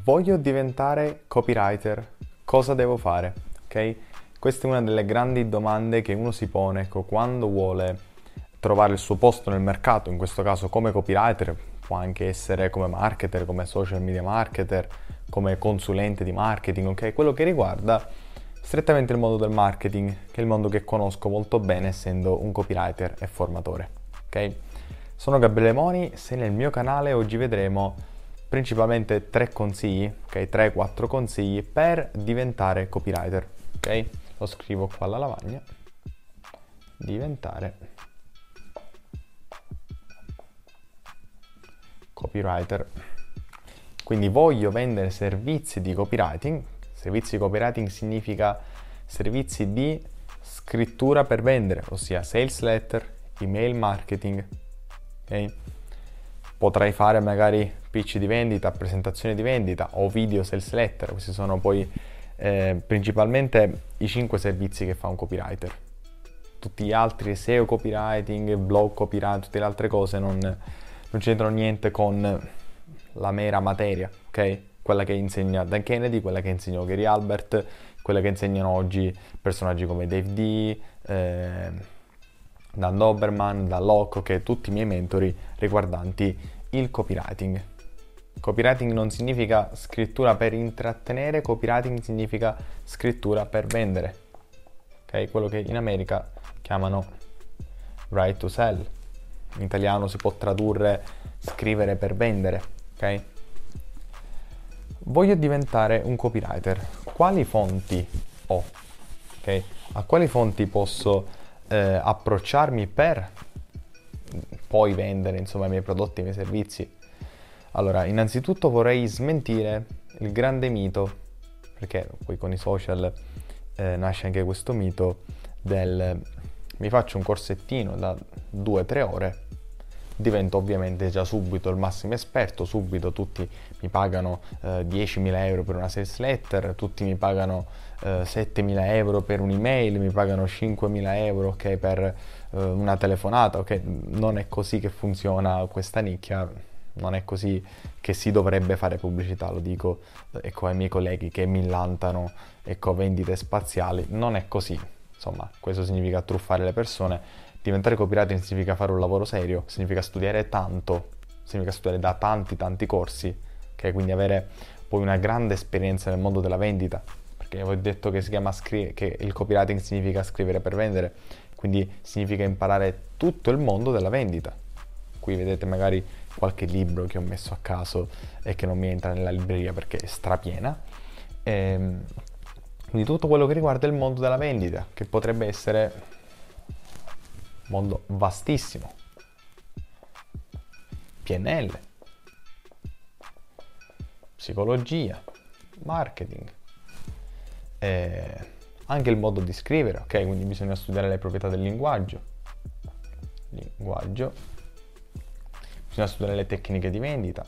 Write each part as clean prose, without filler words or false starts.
Voglio diventare copywriter, cosa devo fare? Ok? Questa è una delle grandi domande che uno si pone, ecco, quando vuole trovare il suo posto nel mercato, in questo caso come copywriter, può anche essere come marketer, come social media marketer, come consulente di marketing, ok? Quello che riguarda strettamente il mondo del marketing, che è il mondo che conosco molto bene essendo un copywriter e formatore, ok? Sono Gabriele Moni, sei nel mio canale, oggi vedremo principalmente 3 consigli, ok? 3-4 consigli per diventare copywriter, ok? Lo scrivo qua alla lavagna. Diventare copywriter. Quindi voglio vendere servizi di copywriting. Servizi di copywriting significa servizi di scrittura per vendere, ossia sales letter, email marketing, ok? Potrai fare magari pitch di vendita, presentazioni di vendita o video sales letter. Questi sono poi principalmente i 5 servizi che fa un copywriter. Tutti gli altri, SEO copywriting, blog copywriting, tutte le altre cose non c'entrano niente con la mera materia, ok? Quella che insegna Dan Kennedy, quella che insegna Gary Albert, quella che insegnano oggi personaggi come Dave D, Dan Doberman, Dan Locke, ok? Tutti i miei mentori riguardanti il copywriting. Copywriting non significa scrittura per intrattenere, copywriting significa scrittura per vendere, ok? Quello che in America chiamano write to sell. In italiano si può tradurre scrivere per vendere, ok? Voglio diventare un copywriter. Quali fonti ho? Ok? A quali fonti posso approcciarmi per poi vendere, insomma, i miei prodotti, i miei servizi? Allora, innanzitutto vorrei smentire il grande mito, perché poi con i social nasce anche questo mito del mi faccio un corsettino da 2-3 ore, divento ovviamente già subito il massimo esperto, subito tutti mi pagano 10.000 euro per una sales letter, tutti mi pagano 7.000 euro per un'email, mi pagano 5.000 euro, okay, per una telefonata, ok? Non è così che funziona questa nicchia, non è così che si dovrebbe fare pubblicità, lo dico ecco, ai miei colleghi che millantano ecco, vendite spaziali, non è così. Insomma, questo significa truffare le persone. Diventare copywriter significa fare un lavoro serio, significa studiare tanto, significa studiare da tanti corsi, ok? Quindi avere poi una grande esperienza nel mondo della vendita, perché vi ho detto che che il copywriting significa scrivere per vendere, quindi significa imparare tutto il mondo della vendita. Qui vedete magari qualche libro che ho messo a caso e che non mi entra nella libreria perché è strapiena. Quindi tutto quello che riguarda il mondo della vendita, che potrebbe essere un mondo vastissimo. PNL, psicologia, marketing, anche il modo di scrivere, ok? Quindi bisogna studiare le proprietà del linguaggio, bisogna studiare le tecniche di vendita,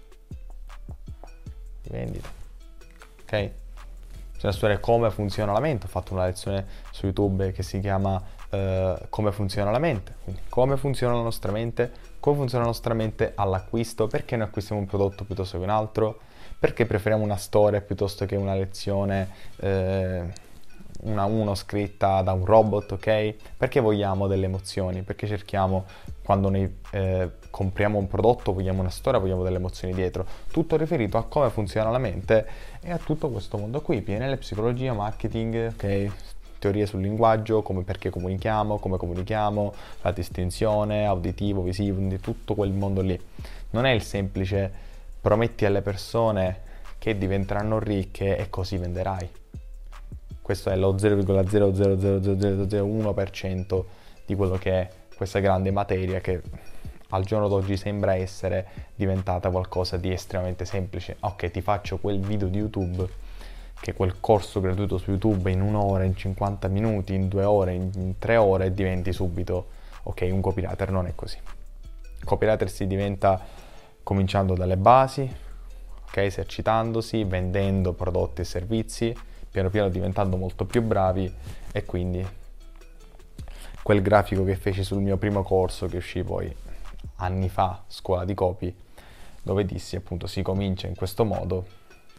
ok? Bisogna studiare come funziona la mente. Ho fatto una lezione su YouTube che si chiama come funziona la mente. Quindi come funziona la nostra mente, come funziona la nostra mente all'acquisto, perché noi acquistiamo un prodotto piuttosto che un altro, perché preferiamo una storia piuttosto che una lezione una a uno scritta da un robot, ok? Perché vogliamo delle emozioni, perché cerchiamo, quando noi compriamo un prodotto, vogliamo una storia, vogliamo delle emozioni dietro, tutto riferito a come funziona la mente e a tutto questo mondo qui, PNL, psicologia, marketing, ok? Teorie sul linguaggio, perché comunichiamo, come comunichiamo, la distinzione, auditivo, visivo, quindi tutto quel mondo lì. Non è il semplice prometti alle persone che diventeranno ricche e così venderai. Questo è lo 0,0000001% di quello che è questa grande materia che al giorno d'oggi sembra essere diventata qualcosa di estremamente semplice. Ok, ti faccio quel video di YouTube, che è quel corso gratuito su YouTube in 1 ora, in 50 minuti, in 2 ore, in 3 ore e diventi subito, ok, un copywriter. Non è così. Copywriter si diventa cominciando dalle basi, ok, esercitandosi, vendendo prodotti e servizi, piano piano diventando molto più bravi, e quindi quel grafico che feci sul mio primo corso che uscì poi anni fa, scuola di copy, dove dissi appunto si comincia in questo modo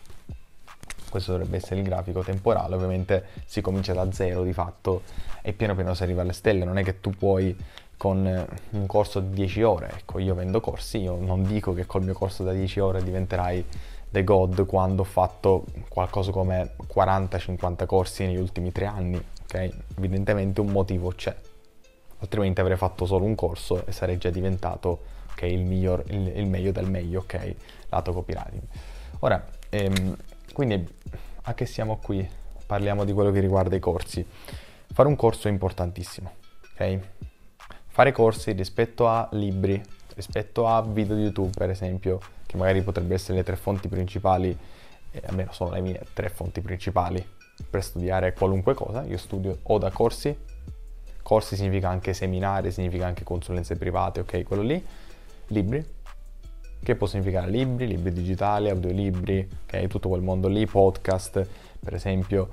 questo dovrebbe essere il grafico temporale, ovviamente si comincia da zero di fatto e piano piano si arriva alle stelle, non è che tu puoi con un corso di 10 ore, ecco io vendo corsi, io non dico che col mio corso da 10 ore diventerai the god quando ho fatto qualcosa come 40-50 corsi negli ultimi 3 anni, ok? Evidentemente un motivo c'è, altrimenti avrei fatto solo un corso e sarei già diventato il meglio del meglio, ok? Lato copywriting. Ora, quindi a che siamo qui? Parliamo di quello che riguarda i corsi. Fare un corso è importantissimo, ok? Fare corsi rispetto a libri, rispetto a video di YouTube per esempio, che magari potrebbero essere le 3 fonti principali, almeno sono le mie 3 fonti principali per studiare qualunque cosa. Io studio o da corsi significa anche seminari, significa anche consulenze private, ok? Quello lì, libri, che può significare libri digitali, audiolibri, ok? Tutto quel mondo lì, podcast per esempio,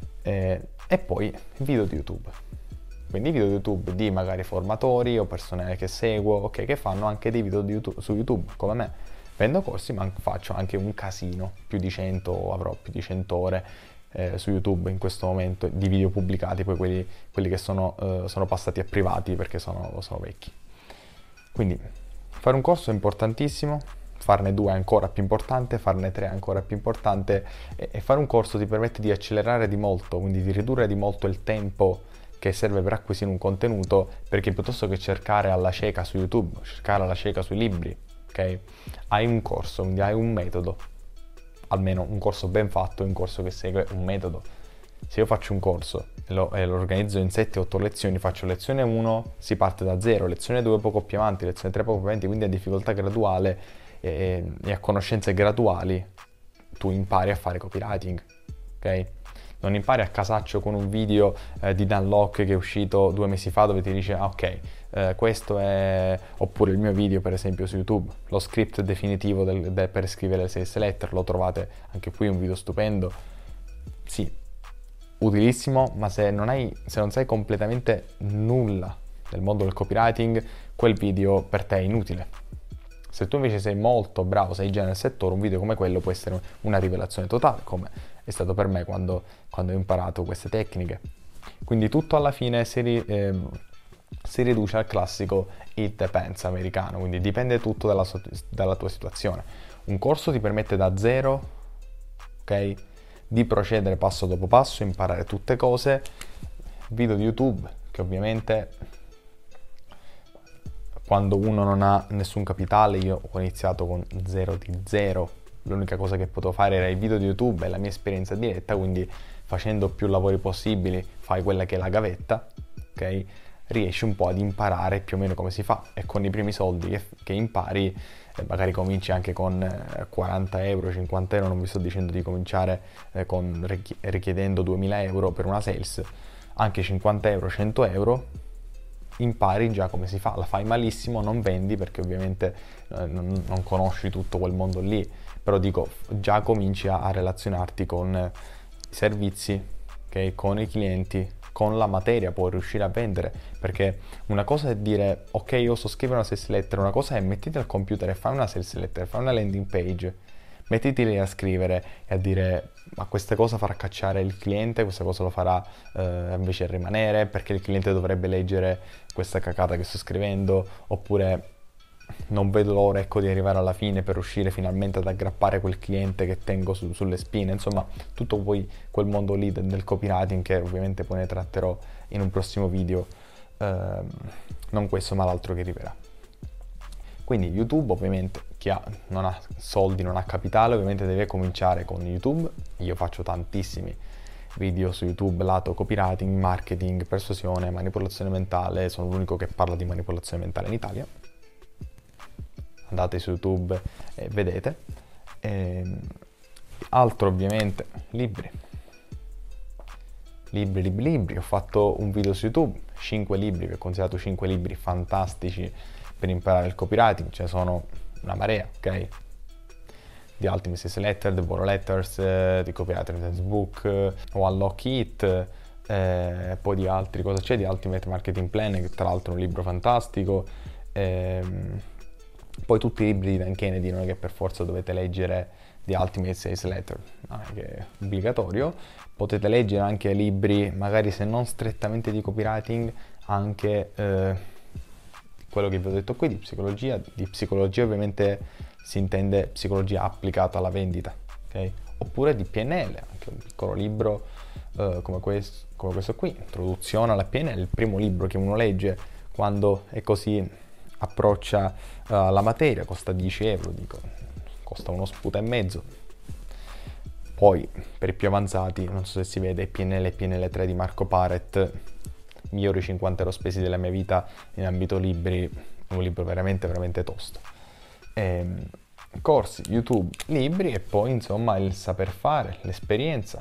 e poi video di YouTube. Quindi video di YouTube di magari formatori o persone che seguo, ok, che fanno anche dei video di YouTube, su YouTube, come me. Vendo corsi, ma faccio anche un casino, avrò più di 100 ore su YouTube in questo momento di video pubblicati, poi quelli che sono passati a privati perché sono vecchi. Quindi fare un corso è importantissimo, farne 2 è ancora più importante, farne 3 è ancora più importante, e fare un corso ti permette di accelerare di molto, quindi di ridurre di molto il tempo che serve per acquisire un contenuto, perché piuttosto che cercare alla cieca su YouTube, cercare alla cieca sui libri, ok? Hai un corso, quindi hai un metodo, almeno un corso ben fatto è un corso che segue un metodo. Se io faccio un corso e lo organizzo in 7-8 lezioni, faccio lezione 1, si parte da 0, lezione 2 poco più avanti, lezione 3 poco più avanti, quindi a difficoltà graduale e a conoscenze graduali tu impari a fare copywriting, ok? Non impari a casaccio con un video di Dan Lok che è uscito 2 mesi fa dove ti dice questo è, oppure il mio video per esempio su YouTube, lo script definitivo per scrivere le sales letter, lo trovate anche qui, un video stupendo, sì, utilissimo, ma se non sai completamente nulla del mondo del copywriting, quel video per te è inutile. Se tu invece sei molto bravo, sei già nel settore, un video come quello può essere una rivelazione totale, come è stato per me quando ho imparato queste tecniche. Quindi tutto alla fine si riduce al classico it depends americano, quindi dipende tutto dalla tua situazione. Un corso ti permette da zero, ok, di procedere passo dopo passo, imparare tutte cose. Video di YouTube, che ovviamente quando uno non ha nessun capitale, io ho iniziato con 0 di 0, l'unica cosa che potevo fare era i video di YouTube e la mia esperienza diretta, quindi facendo più lavori possibili fai quella che è la gavetta, ok? Riesci un po' ad imparare più o meno come si fa, e con i primi soldi che impari, magari cominci anche con 40 euro, 50 euro, non vi sto dicendo di cominciare richiedendo 2000 euro per una sales, anche 50 euro, 100 euro, impari già come si fa, la fai malissimo, non vendi perché ovviamente non conosci tutto quel mondo lì, però dico, già cominci a relazionarti con i servizi, okay? Con i clienti, con la materia puoi riuscire a vendere, perché una cosa è dire ok, io so scrivere una sales letter, una cosa è mettiti al computer e fai una sales letter, fai una landing page, mettiti lì a scrivere e a dire ma questa cosa farà cacciare il cliente, questa cosa lo farà invece rimanere, perché il cliente dovrebbe leggere questa cacata che sto scrivendo, oppure non vedo l'ora di arrivare alla fine per riuscire finalmente ad aggrappare quel cliente che tengo sulle spine. Insomma, tutto poi quel mondo lì del copywriting, che ovviamente poi ne tratterò in un prossimo video, non questo ma l'altro che arriverà. Quindi YouTube, ovviamente chi non ha soldi, non ha capitale, ovviamente deve cominciare con YouTube. Io faccio tantissimi video su YouTube lato copywriting, marketing, persuasione, manipolazione mentale, sono l'unico che parla di manipolazione mentale in Italia. Andate su YouTube e vedete. Altro ovviamente, libri. Ho fatto un video su YouTube, 5 libri, vi ho consigliato 5 libri fantastici per imparare il copywriting, ce ne sono una marea, ok? Di Ultimate Sales Letter, The Borrow Letters, di Copywriter Intense Book, Unlock It, poi di altri, cosa c'è? Di Ultimate Marketing Plan, che tra l'altro è un libro fantastico, poi tutti i libri di Dan Kennedy, non è che per forza dovete leggere The Ultimate Sales Letter, che è obbligatorio. Potete leggere anche libri, magari se non strettamente di copywriting, anche quello che vi ho detto qui, di psicologia. Di psicologia ovviamente si intende psicologia applicata alla vendita, ok? Oppure di PNL, anche un piccolo libro come questo qui, Introduzione alla PNL, il primo libro che uno legge quando è così approccia la materia, costa 10 euro, dico, costa uno sputo e mezzo. Poi per i più avanzati, non so se si vede, PNL e PNL3 di Marco Paret, migliori 50 euro spesi della mia vita in ambito libri, un libro veramente veramente tosto. Corsi, YouTube, libri e poi insomma il saper fare, l'esperienza,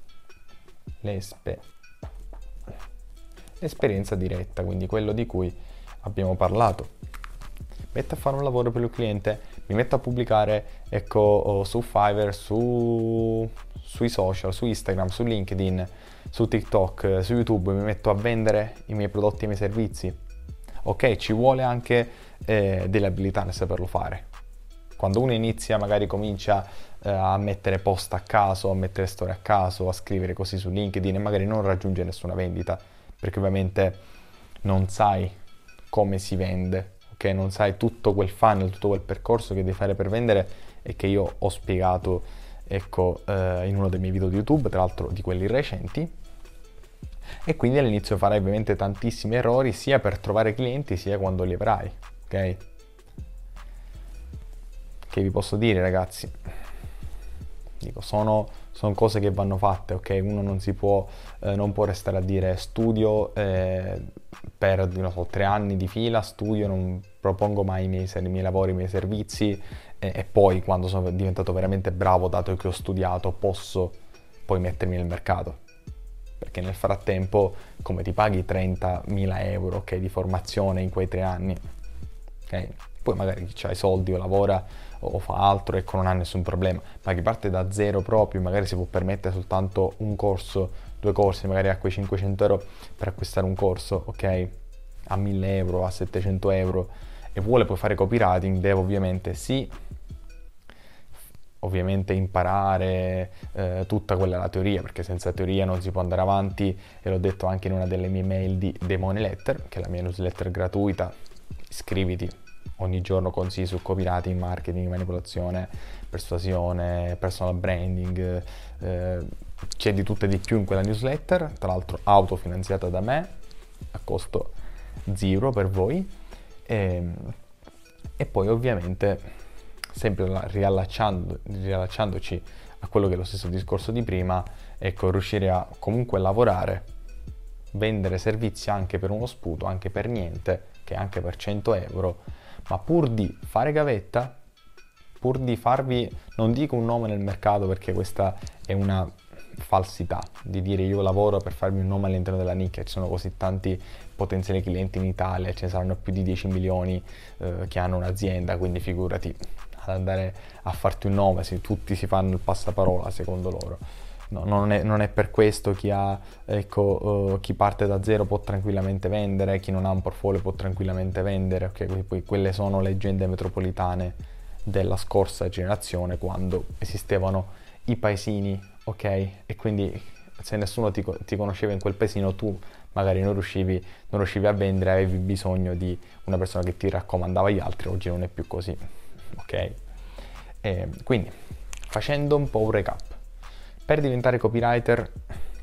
l'esperienza diretta, quindi quello di cui abbiamo parlato. Metto a fare un lavoro per il cliente, mi metto a pubblicare, ecco, su Fiverr, sui social, su Instagram, su LinkedIn, su TikTok, su YouTube, mi metto a vendere i miei prodotti e i miei servizi. Ok, ci vuole anche delle abilità nel saperlo fare. Quando uno inizia, magari comincia a mettere post a caso, a mettere storie a caso, a scrivere così su LinkedIn e magari non raggiunge nessuna vendita, perché ovviamente non sai come si vende, ok? Non sai tutto quel funnel, tutto quel percorso che devi fare per vendere e che io ho spiegato, ecco, in uno dei miei video di YouTube, tra l'altro di quelli recenti. E quindi all'inizio farai ovviamente tantissimi errori, sia per trovare clienti, sia quando li avrai, ok? Che vi posso dire, ragazzi? Dico, sono cose che vanno fatte, ok? Uno non può restare a dire studio per, non so, 3 anni di fila, studio, non propongo mai i miei lavori, i miei servizi e poi quando sono diventato veramente bravo, dato che ho studiato, posso poi mettermi nel mercato. Perché nel frattempo, come ti paghi 30.000 euro, ok, di formazione in quei 3 anni, ok? Poi magari chi ha i soldi o lavora o fa altro, ecco, non ha nessun problema, ma chi parte da zero proprio, magari si può permettere soltanto un corso, 2 corsi, magari a quei 500 euro per acquistare un corso, ok, a 1.000 euro, a 700 euro, e vuole poi fare copywriting, deve ovviamente imparare tutta quella la teoria, perché senza teoria non si può andare avanti, e l'ho detto anche in una delle mie mail di The Money Letter, che è la mia newsletter gratuita. Iscriviti, ogni giorno consigli su copywriting, marketing, manipolazione, persuasione, personal branding, c'è di tutto e di più in quella newsletter, tra l'altro autofinanziata da me, a costo zero per voi, e poi ovviamente sempre riallacciandoci a quello che è lo stesso discorso di prima, ecco, riuscire a comunque lavorare, vendere servizi anche per uno sputo, anche per niente, che anche per 100 euro, ma pur di fare gavetta, pur di farvi, non dico un nome nel mercato perché questa è una falsità, di dire io lavoro per farmi un nome all'interno della nicchia, ci sono così tanti potenziali clienti in Italia, ce ne saranno più di 10 milioni che hanno un'azienda, quindi figurati ad andare a farti un nome se tutti si fanno il passaparola secondo loro. No, non è per questo chi parte da zero può tranquillamente vendere, chi non ha un portfolio può tranquillamente vendere, ok? Poi quelle sono leggende metropolitane della scorsa generazione, quando esistevano i paesini, ok? E quindi se nessuno ti conosceva in quel paesino, tu magari non riuscivi a vendere, avevi bisogno di una persona che ti raccomandava agli altri. Oggi non è più così, ok? Quindi, facendo un po' un recap, per diventare copywriter,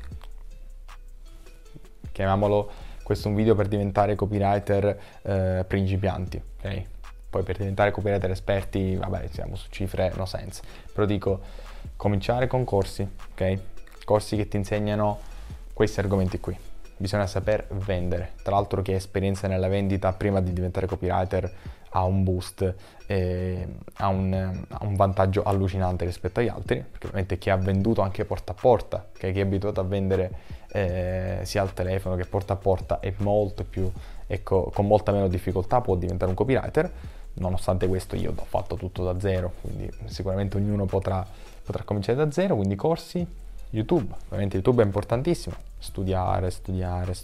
chiamiamolo, questo è un video per diventare copywriter principianti, ok? Poi per diventare copywriter esperti, vabbè, siamo su cifre no sense, però dico, cominciare con corsi, ok? Corsi che ti insegnano questi argomenti qui. Bisogna saper vendere. Tra l'altro chi ha esperienza nella vendita prima di diventare copywriter ha un boost, ha un vantaggio allucinante rispetto agli altri, perché ovviamente chi ha venduto anche porta a porta, che chi è abituato a vendere sia al telefono che porta a porta, è molto più, ecco, con molta meno difficoltà può diventare un copywriter. Nonostante questo io ho fatto tutto da zero, quindi sicuramente ognuno potrà cominciare da zero. Quindi corsi, YouTube, ovviamente YouTube è importantissimo, studiare.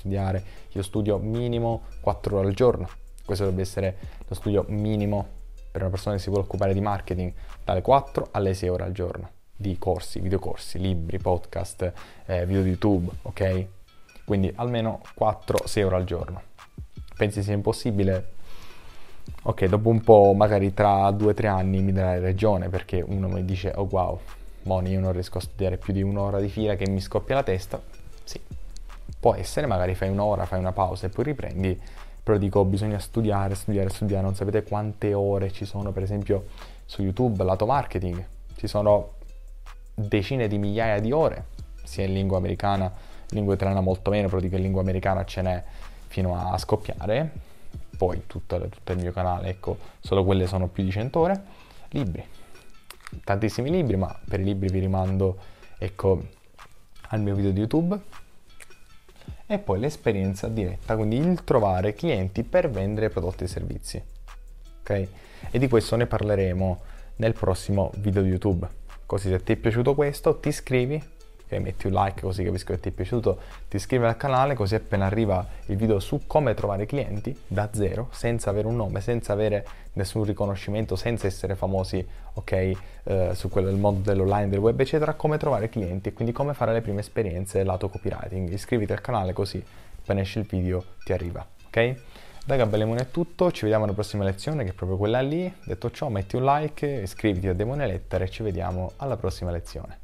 Io studio minimo 4 ore al giorno, questo dovrebbe essere lo studio minimo per una persona che si vuole occupare di marketing dalle 4 alle 6 ore al giorno di corsi, videocorsi, libri, podcast, video di YouTube, ok? Quindi almeno 4-6 ore al giorno. Pensi sia impossibile? Ok, dopo un po', magari tra 2-3 anni mi darai ragione, perché uno mi dice, oh wow, Moni, io non riesco a studiare più di un'ora di fila che mi scoppia la testa. Sì, può essere, magari fai un'ora, fai una pausa e poi riprendi, però dico, bisogna studiare, non sapete quante ore ci sono, per esempio, su YouTube, lato marketing, ci sono decine di migliaia di ore, sia in lingua americana, in lingua italiana molto meno, però dico in lingua americana ce n'è fino a scoppiare. Poi tutto il mio canale, ecco, solo quelle sono più di 100 ore. Libri, tantissimi libri, ma per i libri vi rimando, ecco, al mio video di YouTube. E poi l'esperienza diretta, quindi il trovare clienti per vendere prodotti e servizi, ok? E di questo ne parleremo nel prossimo video di YouTube. Così se ti è piaciuto questo ti iscrivi, ok? Metti un like così capisco che ti è piaciuto, ti iscrivi al canale, così appena arriva il video su come trovare clienti da zero, senza avere un nome, senza avere nessun riconoscimento, senza essere famosi, ok, su quello del mondo dell'online, del web eccetera, come trovare clienti e quindi come fare le prime esperienze lato copywriting. Iscriviti al canale così appena esce il video ti arriva, ok? Da Gabellemone è tutto, ci vediamo alla prossima lezione che è proprio quella lì. Detto ciò, metti un like, iscriviti a Demone Lettera e ci vediamo alla prossima lezione.